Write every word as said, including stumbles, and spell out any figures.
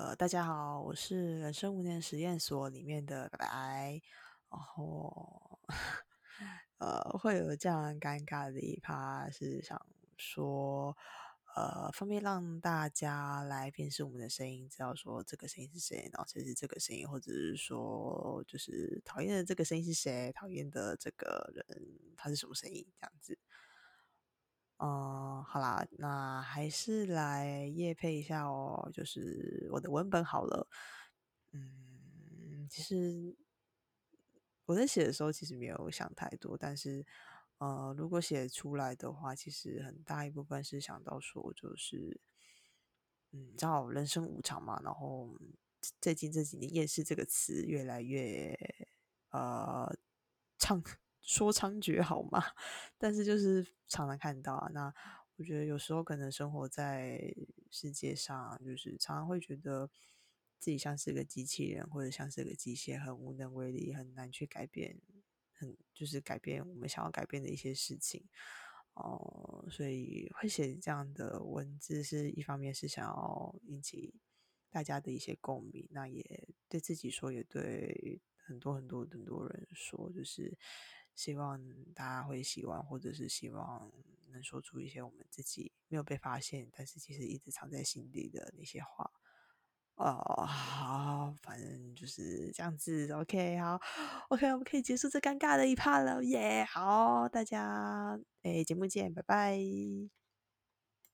呃，大家好，我是人生无年实验所里面的白白，然后呃，会有这样尴尬的一趴，是想说，呃，方便让大家来辨识我们的声音，知道说这个声音是谁，然后谁是这个声音，或者是说，就是讨厌的这个声音是谁，讨厌的这个人他是什么声音，这样子。嗯，好啦，那还是来业配一下哦，就是我的文本好了。嗯，其实我在写的时候其实没有想太多，但是呃，如果写出来的话，其实很大一部分是想到说，就是嗯，你知道人生无常嘛，然后最近这几年"厌世"这个词越来越呃唱说猖獗好吗？但是就是常常看到啊，那我觉得有时候可能生活在世界上，就是常常会觉得自己像是个机器人，或者像是个机械，很无能为力，很难去改变，很就是改变我们想要改变的一些事情。哦，所以会写这样的文字，是一方面是想要引起大家的一些共鸣，那也对自己说，也对很多很多很多人说，就是希望大家会喜欢，或者是希望能说出一些我们自己没有被发现，但是其实一直藏在心底的那些话。哦，好，反正就是这样子，OK，好，OK，我们可以结束这尴尬的一趴了，耶、好，大家，诶，节目见，拜拜。